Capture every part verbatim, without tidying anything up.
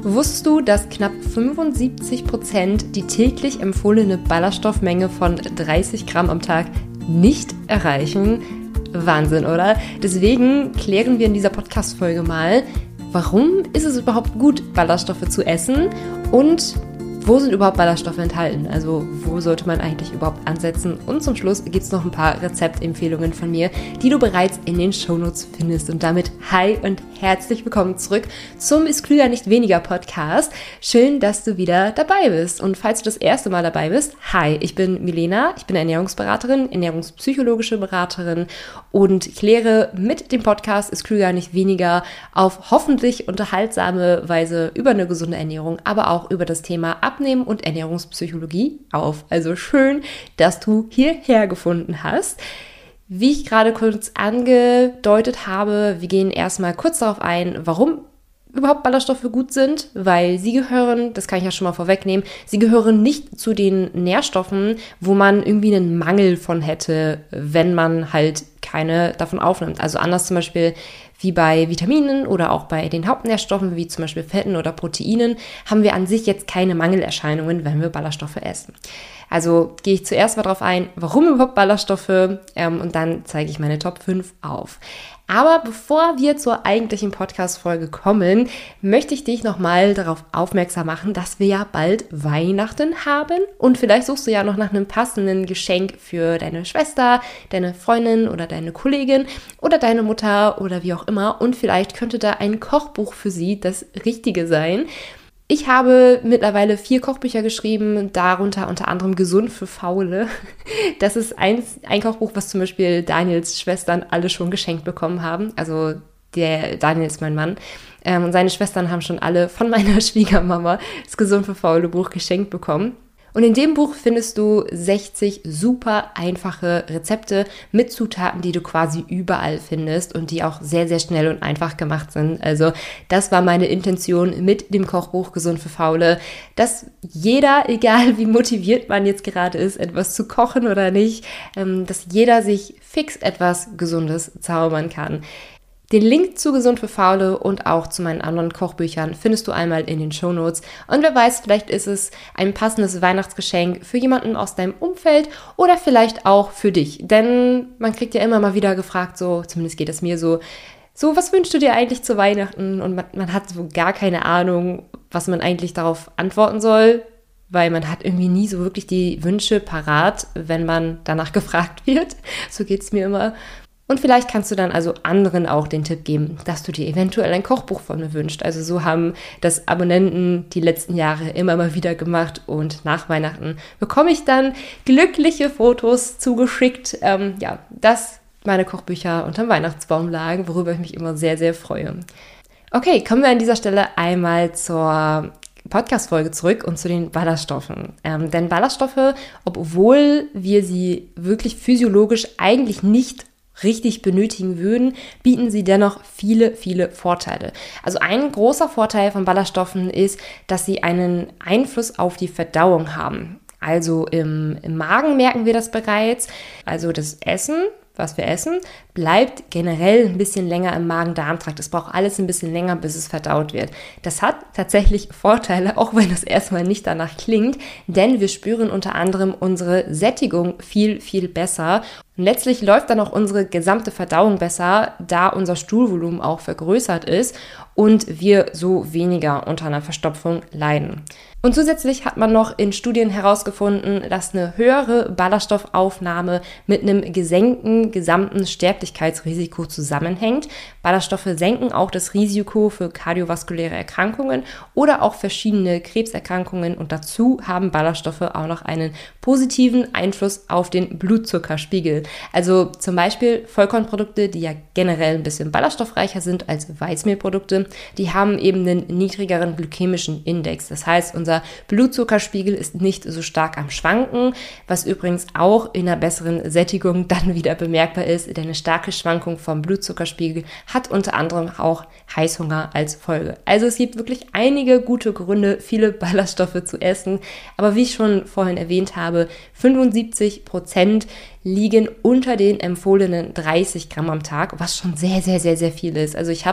Wusstest du, dass knapp fünfundsiebzig Prozent die täglich empfohlene Ballaststoffmenge von dreißig Gramm am Tag nicht erreichen? Wahnsinn, oder? Deswegen klären wir in dieser Podcast-Folge mal, warum ist es überhaupt gut, Ballaststoffe zu essen und wo sind überhaupt Ballaststoffe enthalten? Also wo sollte man eigentlich überhaupt ansetzen? Und zum Schluss gibt es noch ein paar Rezeptempfehlungen von mir, die du bereits in den Shownotes findest. Und damit hi und herzlich willkommen zurück zum Ist klüger nicht weniger Podcast. Schön, dass du wieder dabei bist. Und falls du das erste Mal dabei bist, hi, ich bin Milena, ich bin Ernährungsberaterin, ernährungspsychologische Beraterin und kläre mit dem Podcast Ist klüger nicht weniger auf hoffentlich unterhaltsame Weise über eine gesunde Ernährung, aber auch über das Thema Abnehmen und Ernährungspsychologie auf. Also schön, dass du hierher gefunden hast. Wie ich gerade kurz angedeutet habe, wir gehen erstmal kurz darauf ein, warum überhaupt Ballaststoffe gut sind, weil sie gehören, das kann ich ja schon mal vorwegnehmen, sie gehören nicht zu den Nährstoffen, wo man irgendwie einen Mangel von hätte, wenn man halt keine davon aufnimmt. Also anders zum Beispiel wie bei Vitaminen oder auch bei den Hauptnährstoffen, wie zum Beispiel Fetten oder Proteinen, haben wir an sich jetzt keine Mangelerscheinungen, wenn wir Ballaststoffe essen. Also gehe ich zuerst mal drauf ein, warum überhaupt Ballaststoffe, ähm, und dann zeige ich meine Top fünf auf. Aber bevor wir zur eigentlichen Podcast-Folge kommen, möchte ich dich nochmal darauf aufmerksam machen, dass wir ja bald Weihnachten haben und vielleicht suchst du ja noch nach einem passenden Geschenk für deine Schwester, deine Freundin oder deine Kollegin oder deine Mutter oder wie auch immer und vielleicht könnte da ein Kochbuch für sie das Richtige sein. Ich habe mittlerweile vier Kochbücher geschrieben, darunter unter anderem Gesund für Faule. Das ist ein, ein Kochbuch, was zum Beispiel Daniels Schwestern alle schon geschenkt bekommen haben. Also der Daniel ist mein Mann. Ähm, und seine Schwestern haben schon alle von meiner Schwiegermama das Gesund für Faule Buch geschenkt bekommen. Und in dem Buch findest du sechzig super einfache Rezepte mit Zutaten, die du quasi überall findest und die auch sehr, sehr schnell und einfach gemacht sind. Also das war meine Intention mit dem Kochbuch Gesund für Faule, dass jeder, egal wie motiviert man jetzt gerade ist, etwas zu kochen oder nicht, dass jeder sich fix etwas Gesundes zaubern kann. Den Link zu Gesund für Faule und auch zu meinen anderen Kochbüchern findest du einmal in den Shownotes. Und wer weiß, vielleicht ist es ein passendes Weihnachtsgeschenk für jemanden aus deinem Umfeld oder vielleicht auch für dich. Denn man kriegt ja immer mal wieder gefragt, so, zumindest geht es mir so, so, was wünschst du dir eigentlich zu Weihnachten? Und man, man hat so gar keine Ahnung, was man eigentlich darauf antworten soll, weil man hat irgendwie nie so wirklich die Wünsche parat, wenn man danach gefragt wird. So geht es mir immer. Und vielleicht kannst du dann also anderen auch den Tipp geben, dass du dir eventuell ein Kochbuch von mir wünschst. Also so haben das Abonnenten die letzten Jahre immer mal wieder gemacht und nach Weihnachten bekomme ich dann glückliche Fotos zugeschickt. Ähm, ja, dass meine Kochbücher unterm Weihnachtsbaum lagen, worüber ich mich immer sehr, sehr freue. Okay, kommen wir an dieser Stelle einmal zur Podcast-Folge zurück und zu den Ballaststoffen. Ähm, denn Ballaststoffe, obwohl wir sie wirklich physiologisch eigentlich nicht richtig benötigen würden, bieten sie dennoch viele, viele Vorteile. Also ein großer Vorteil von Ballaststoffen ist, dass sie einen Einfluss auf die Verdauung haben. Also im, im Magen merken wir das bereits. Also das Essen, was wir essen, bleibt generell ein bisschen länger im Magen-Darm-Trakt. Es braucht alles ein bisschen länger, bis es verdaut wird. Das hat tatsächlich Vorteile, auch wenn das erstmal nicht danach klingt, denn wir spüren unter anderem unsere Sättigung viel, viel besser. Und letztlich läuft dann auch unsere gesamte Verdauung besser, da unser Stuhlvolumen auch vergrößert ist und wir so weniger unter einer Verstopfung leiden. Und zusätzlich hat man noch in Studien herausgefunden, dass eine höhere Ballaststoffaufnahme mit einem gesenkten gesamten Sterblichkeitsrisiko zusammenhängt. Ballaststoffe senken auch das Risiko für kardiovaskuläre Erkrankungen oder auch verschiedene Krebserkrankungen und dazu haben Ballaststoffe auch noch einen positiven Einfluss auf den Blutzuckerspiegel. Also zum Beispiel Vollkornprodukte, die ja generell ein bisschen ballaststoffreicher sind als Weißmehlprodukte, die haben eben einen niedrigeren glykämischen Index. Das heißt, unser Blutzuckerspiegel ist nicht so stark am Schwanken, was übrigens auch in einer besseren Sättigung dann wieder bemerkbar ist, denn eine starke Schwankung vom Blutzuckerspiegel hat unter anderem auch Heißhunger als Folge. Also es gibt wirklich einige gute Gründe, viele Ballaststoffe zu essen, aber wie ich schon vorhin erwähnt habe, fünfundsiebzig Prozent liegen unter den empfohlenen dreißig Gramm am Tag, was schon sehr, sehr, sehr, sehr viel ist. Also ich habe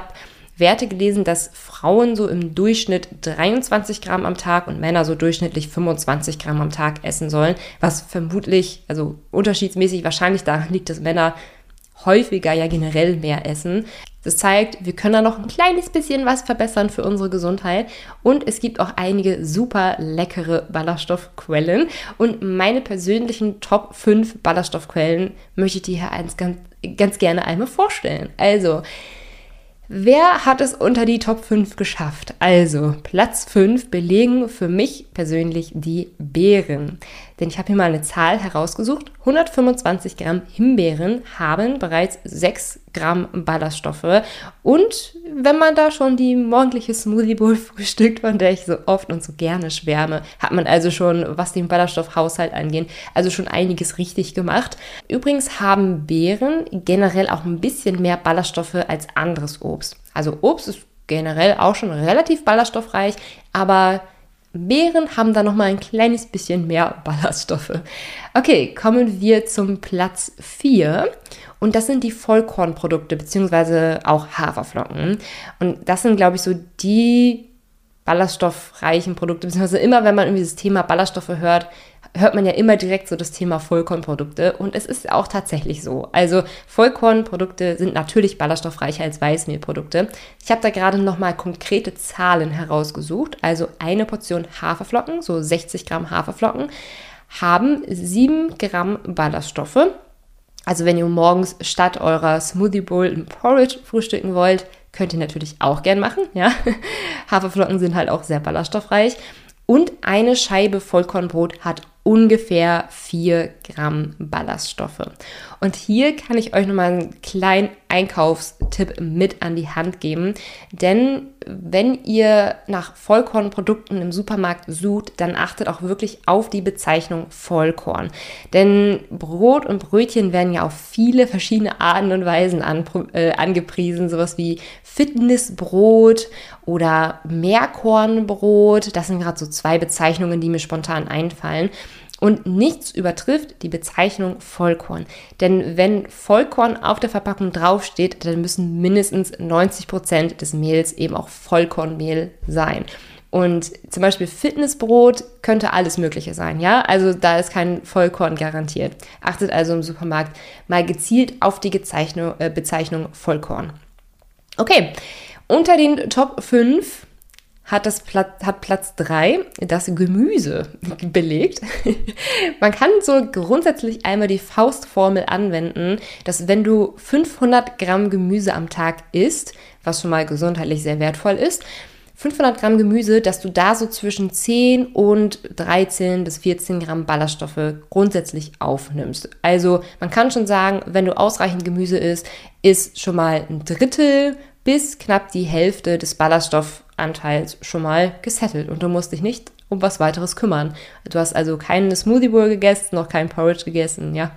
Werte gelesen, dass Frauen so im Durchschnitt dreiundzwanzig Gramm am Tag und Männer so durchschnittlich fünfundzwanzig Gramm am Tag essen sollen, was vermutlich, also unterschiedsmäßig wahrscheinlich daran liegt, dass Männer häufiger ja generell mehr essen. Das zeigt, wir können da noch ein kleines bisschen was verbessern für unsere Gesundheit und es gibt auch einige super leckere Ballaststoffquellen und meine persönlichen Top fünf Ballaststoffquellen möchte ich dir hier ganz, ganz gerne einmal vorstellen. Also, wer hat es unter die Top fünf geschafft? Also, Platz fünf belegen für mich persönlich die Beeren. Denn ich habe hier mal eine Zahl herausgesucht. hundertfünfundzwanzig Gramm Himbeeren haben bereits sechs Gramm Ballaststoffe. Und wenn man da schon die morgendliche Smoothie Bowl frühstückt, von der ich so oft und so gerne schwärme, hat man also schon, was den Ballaststoffhaushalt angeht, also schon einiges richtig gemacht. Übrigens haben Beeren generell auch ein bisschen mehr Ballaststoffe als anderes Obst. Also Obst ist generell auch schon relativ ballaststoffreich, aber Beeren haben da nochmal ein kleines bisschen mehr Ballaststoffe. Okay, kommen wir zum Platz vier. Und das sind die Vollkornprodukte, beziehungsweise auch Haferflocken. Und das sind, glaube ich, so die ballaststoffreichen Produkte, beziehungsweise immer, wenn man irgendwie das Thema Ballaststoffe hört, hört man ja immer direkt so das Thema Vollkornprodukte und es ist auch tatsächlich so. Also Vollkornprodukte sind natürlich ballaststoffreicher als Weißmehlprodukte. Ich habe da gerade nochmal konkrete Zahlen herausgesucht. Also eine Portion Haferflocken, so sechzig Gramm Haferflocken, haben sieben Gramm Ballaststoffe. Also wenn ihr morgens statt eurer Smoothie Bowl ein Porridge frühstücken wollt, könnt ihr natürlich auch gern machen. Ja? Haferflocken sind halt auch sehr ballaststoffreich. Und eine Scheibe Vollkornbrot hat ungefähr vier Gramm Ballaststoffe. Und hier kann ich euch nochmal einen kleinen Einkaufstipp mit an die Hand geben. Denn wenn ihr nach Vollkornprodukten im Supermarkt sucht, dann achtet auch wirklich auf die Bezeichnung Vollkorn. Denn Brot und Brötchen werden ja auf viele verschiedene Arten und Weisen an, äh, angepriesen. Sowas wie Fitnessbrot oder Meerkornbrot. Das sind gerade so zwei Bezeichnungen, die mir spontan einfallen. Und nichts übertrifft die Bezeichnung Vollkorn. Denn wenn Vollkorn auf der Verpackung draufsteht, dann müssen mindestens neunzig Prozent des Mehls eben auch Vollkornmehl sein. Und zum Beispiel Fitnessbrot könnte alles Mögliche sein, ja? Also da ist kein Vollkorn garantiert. Achtet also im Supermarkt mal gezielt auf die Bezeichnung, äh, Bezeichnung Vollkorn. Okay, unter den Top fünf hat, das Platz, hat Platz drei das Gemüse belegt. Man kann so grundsätzlich einmal die Faustformel anwenden, dass wenn du fünfhundert Gramm Gemüse am Tag isst, was schon mal gesundheitlich sehr wertvoll ist, fünfhundert Gramm Gemüse, dass du da so zwischen zehn und dreizehn bis vierzehn Gramm Ballaststoffe grundsätzlich aufnimmst. Also man kann schon sagen, wenn du ausreichend Gemüse isst, ist schon mal ein Drittel bis knapp die Hälfte des Ballaststoffanteils schon mal gesettelt und du musst dich nicht um was weiteres kümmern. Du hast also keine Smoothie Bowl gegessen, noch kein Porridge gegessen, ja.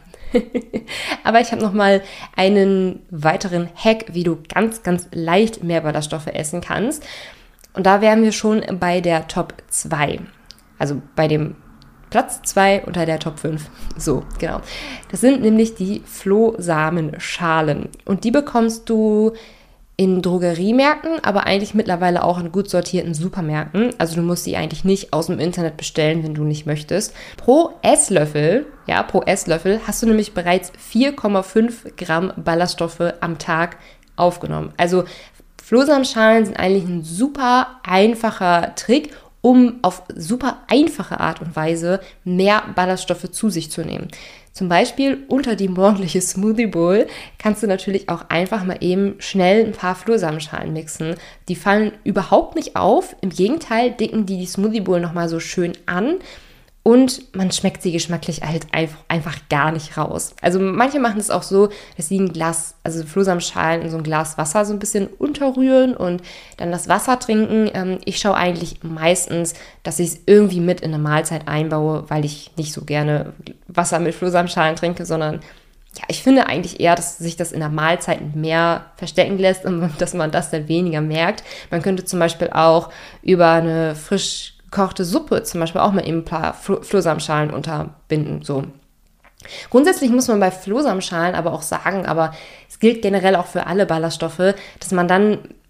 Aber ich habe noch mal einen weiteren Hack, wie du ganz, ganz leicht mehr Ballaststoffe essen kannst. Und da wären wir schon bei der Top zwei, also bei dem Platz zwei unter der Top fünf. So, genau. Das sind nämlich die Flohsamenschalen und die bekommst du in Drogeriemärkten, aber eigentlich mittlerweile auch in gut sortierten Supermärkten. Also du musst die eigentlich nicht aus dem Internet bestellen, wenn du nicht möchtest. Pro Esslöffel, ja, pro Esslöffel hast du nämlich bereits vier Komma fünf Gramm Ballaststoffe am Tag aufgenommen. Also Flohsamenschalen sind eigentlich ein super einfacher Trick, um auf super einfache Art und Weise mehr Ballaststoffe zu sich zu nehmen. Zum Beispiel unter die morgendliche Smoothie Bowl kannst du natürlich auch einfach mal eben schnell ein paar Flohsamenschalen mixen. Die fallen überhaupt nicht auf, im Gegenteil dicken die die Smoothie Bowl nochmal so schön an und man schmeckt sie geschmacklich halt einfach, einfach gar nicht raus. Also manche machen es auch so, dass sie ein Glas, also Flohsamenschalen in so ein Glas Wasser so ein bisschen unterrühren und dann das Wasser trinken. Ich schaue eigentlich meistens, dass ich es irgendwie mit in eine Mahlzeit einbaue, weil ich nicht so gerne Wasser mit Flohsamenschalen trinke, sondern ja, ich finde eigentlich eher, dass sich das in der Mahlzeit mehr verstecken lässt und dass man das dann weniger merkt. Man könnte zum Beispiel auch über eine frisch gekochte Suppe zum Beispiel auch mal eben ein paar Flohsamenschalen unterbinden, so. Grundsätzlich muss man bei Flohsamenschalen aber auch sagen, aber es gilt generell auch für alle Ballaststoffe, dass man dann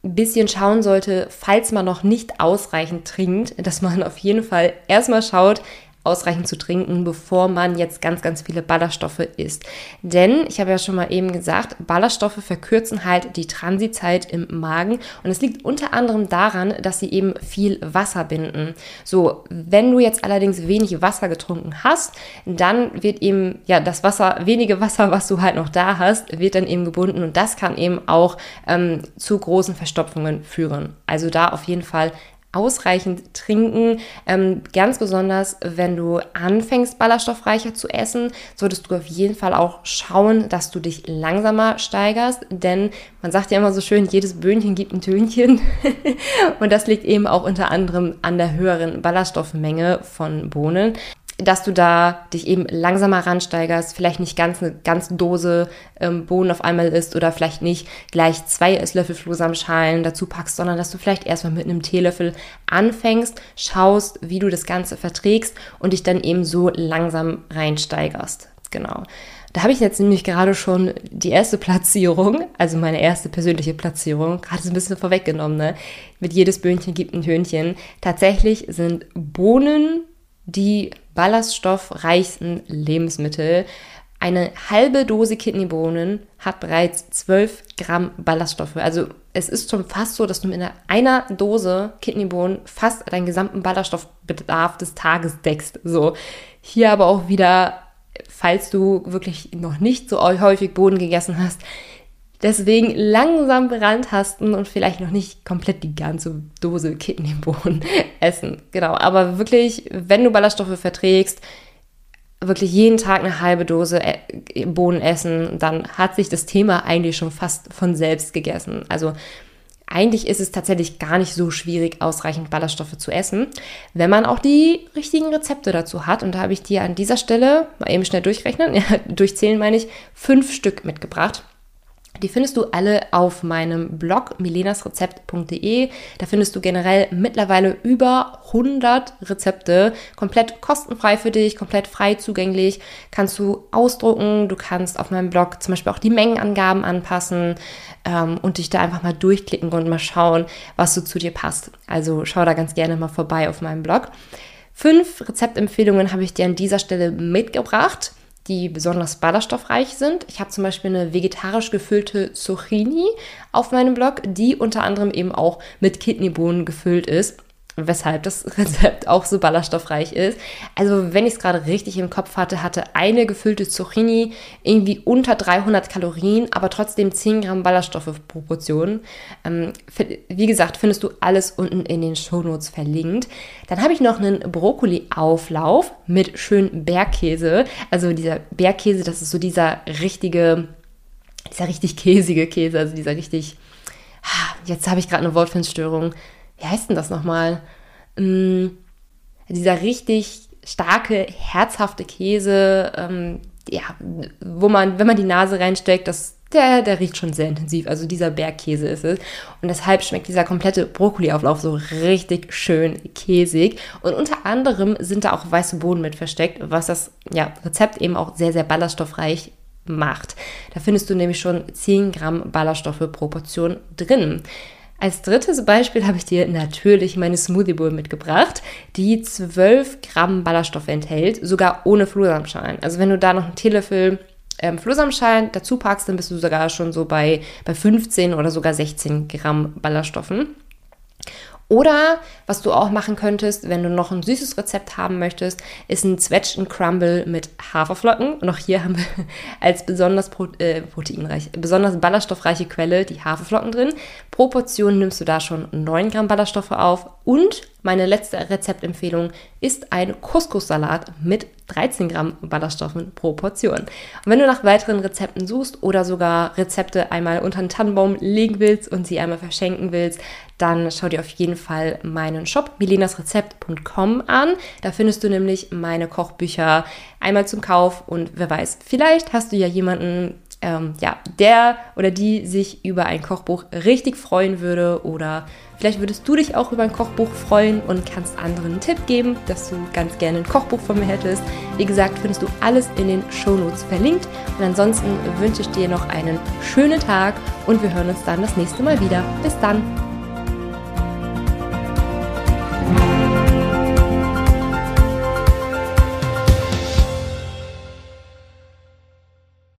ein bisschen schauen sollte, falls man noch nicht ausreichend trinkt, dass man auf jeden Fall erstmal schaut, ausreichend zu trinken, bevor man jetzt ganz, ganz viele Ballaststoffe isst. Denn, ich habe ja schon mal eben gesagt, Ballaststoffe verkürzen halt die Transitzeit im Magen und es liegt unter anderem daran, dass sie eben viel Wasser binden. So, wenn du jetzt allerdings wenig Wasser getrunken hast, dann wird eben, ja, das Wasser, wenige Wasser, was du halt noch da hast, wird dann eben gebunden und das kann eben auch ähm, zu großen Verstopfungen führen. Also da auf jeden Fall ausreichend trinken. Ähm, ganz besonders, wenn du anfängst, ballaststoffreicher zu essen, solltest du auf jeden Fall auch schauen, dass du dich langsamer steigerst, denn man sagt ja immer so schön, jedes Böhnchen gibt ein Tönchen und das liegt eben auch unter anderem an der höheren Ballaststoffmenge von Bohnen, dass du da dich eben langsamer ransteigerst, vielleicht nicht ganz eine ganze Dose ähm, Bohnen auf einmal isst oder vielleicht nicht gleich zwei Esslöffel Flohsamenschalen dazu packst, sondern dass du vielleicht erstmal mit einem Teelöffel anfängst, schaust, wie du das Ganze verträgst und dich dann eben so langsam reinsteigerst. Genau. Da habe ich jetzt nämlich gerade schon die erste Platzierung, also meine erste persönliche Platzierung, gerade so ein bisschen vorweggenommen, ne? Mit jedes Böhnchen gibt ein Tönchen. Tatsächlich sind Bohnen die ballaststoffreichsten Lebensmittel. Eine halbe Dose Kidneybohnen hat bereits zwölf Gramm Ballaststoffe. Also es ist schon fast so, dass du mit einer Dose Kidneybohnen fast deinen gesamten Ballaststoffbedarf des Tages deckst. So, hier aber auch wieder, falls du wirklich noch nicht so häufig Bohnen gegessen hast, deswegen langsam rantasten und vielleicht noch nicht komplett die ganze Dose Kidneybohnen essen. Genau, aber wirklich, wenn du Ballaststoffe verträgst, wirklich jeden Tag eine halbe Dose Bohnen essen, dann hat sich das Thema eigentlich schon fast von selbst gegessen. Also eigentlich ist es tatsächlich gar nicht so schwierig, ausreichend Ballaststoffe zu essen, wenn man auch die richtigen Rezepte dazu hat. Und da habe ich dir an dieser Stelle, mal eben schnell durchrechnen, ja, durchzählen meine ich, fünf Stück mitgebracht. Die findest du alle auf meinem Blog milenasrezept punkt de. Da findest du generell mittlerweile über hundert Rezepte, komplett kostenfrei für dich, komplett frei zugänglich. Kannst du ausdrucken, du kannst auf meinem Blog zum Beispiel auch die Mengenangaben anpassen ähm, und dich da einfach mal durchklicken und mal schauen, was so zu dir passt. Also schau da ganz gerne mal vorbei auf meinem Blog. Fünf Rezeptempfehlungen habe ich dir an dieser Stelle mitgebracht, die besonders ballaststoffreich sind. Ich habe zum Beispiel eine vegetarisch gefüllte Zucchini auf meinem Blog, die unter anderem eben auch mit Kidneybohnen gefüllt ist, weshalb das Rezept auch so ballaststoffreich ist. Also wenn ich es gerade richtig im Kopf hatte, hatte eine gefüllte Zucchini irgendwie unter dreihundert Kalorien, aber trotzdem zehn Gramm Ballaststoffe pro Portion. Ähm, wie gesagt, findest du alles unten in den Shownotes verlinkt. Dann habe ich noch einen Brokkoli-Auflauf mit schön Bergkäse. Also dieser Bergkäse, das ist so dieser richtige, dieser richtig käsige Käse, also dieser richtig, jetzt habe ich gerade eine Wortfindstörung. Wie heißt denn das nochmal? Ähm, dieser richtig starke, herzhafte Käse, ähm, ja, wo man, wenn man die Nase reinsteckt, das, der, der riecht schon sehr intensiv. Also dieser Bergkäse ist es. Und deshalb schmeckt dieser komplette Brokkoliauflauf so richtig schön käsig. Und unter anderem sind da auch weiße Bohnen mit versteckt, was das ja, Rezept eben auch sehr, sehr ballaststoffreich macht. Da findest du nämlich schon zehn Gramm Ballaststoffe pro Portion drin. Als drittes Beispiel habe ich dir natürlich meine Smoothie Bowl mitgebracht, die zwölf Gramm Ballaststoffe enthält, sogar ohne Flohsamenschalen. Also wenn du da noch einen Teelöffel ähm, Flohsamenschalen dazu packst, dann bist du sogar schon so bei, bei fünfzehn oder sogar sechzehn Gramm Ballaststoffen. Oder was du auch machen könntest, wenn du noch ein süßes Rezept haben möchtest, ist ein Zwetschgen-Crumble mit Haferflocken. Und auch hier haben wir als besonders pro, äh, proteinreich, besonders ballaststoffreiche Quelle die Haferflocken drin. Pro Portion nimmst du da schon neun Gramm Ballaststoffe auf. Und meine letzte Rezeptempfehlung ist ein Couscous-Salat mit dreizehn Gramm Ballaststoffen pro Portion. Und wenn du nach weiteren Rezepten suchst oder sogar Rezepte einmal unter den Tannenbaum legen willst und sie einmal verschenken willst, dann schau dir auf jeden Fall meinen Shop milenasrezept punkt com an. Da findest du nämlich meine Kochbücher einmal zum Kauf und wer weiß, vielleicht hast du ja jemanden ähm, ja, der oder die sich über ein Kochbuch richtig freuen würde, oder vielleicht würdest du dich auch über ein Kochbuch freuen und kannst anderen einen Tipp geben, dass du ganz gerne ein Kochbuch von mir hättest. Wie gesagt, findest du alles in den Shownotes verlinkt. Und ansonsten wünsche ich dir noch einen schönen Tag und wir hören uns dann das nächste Mal wieder. Bis dann!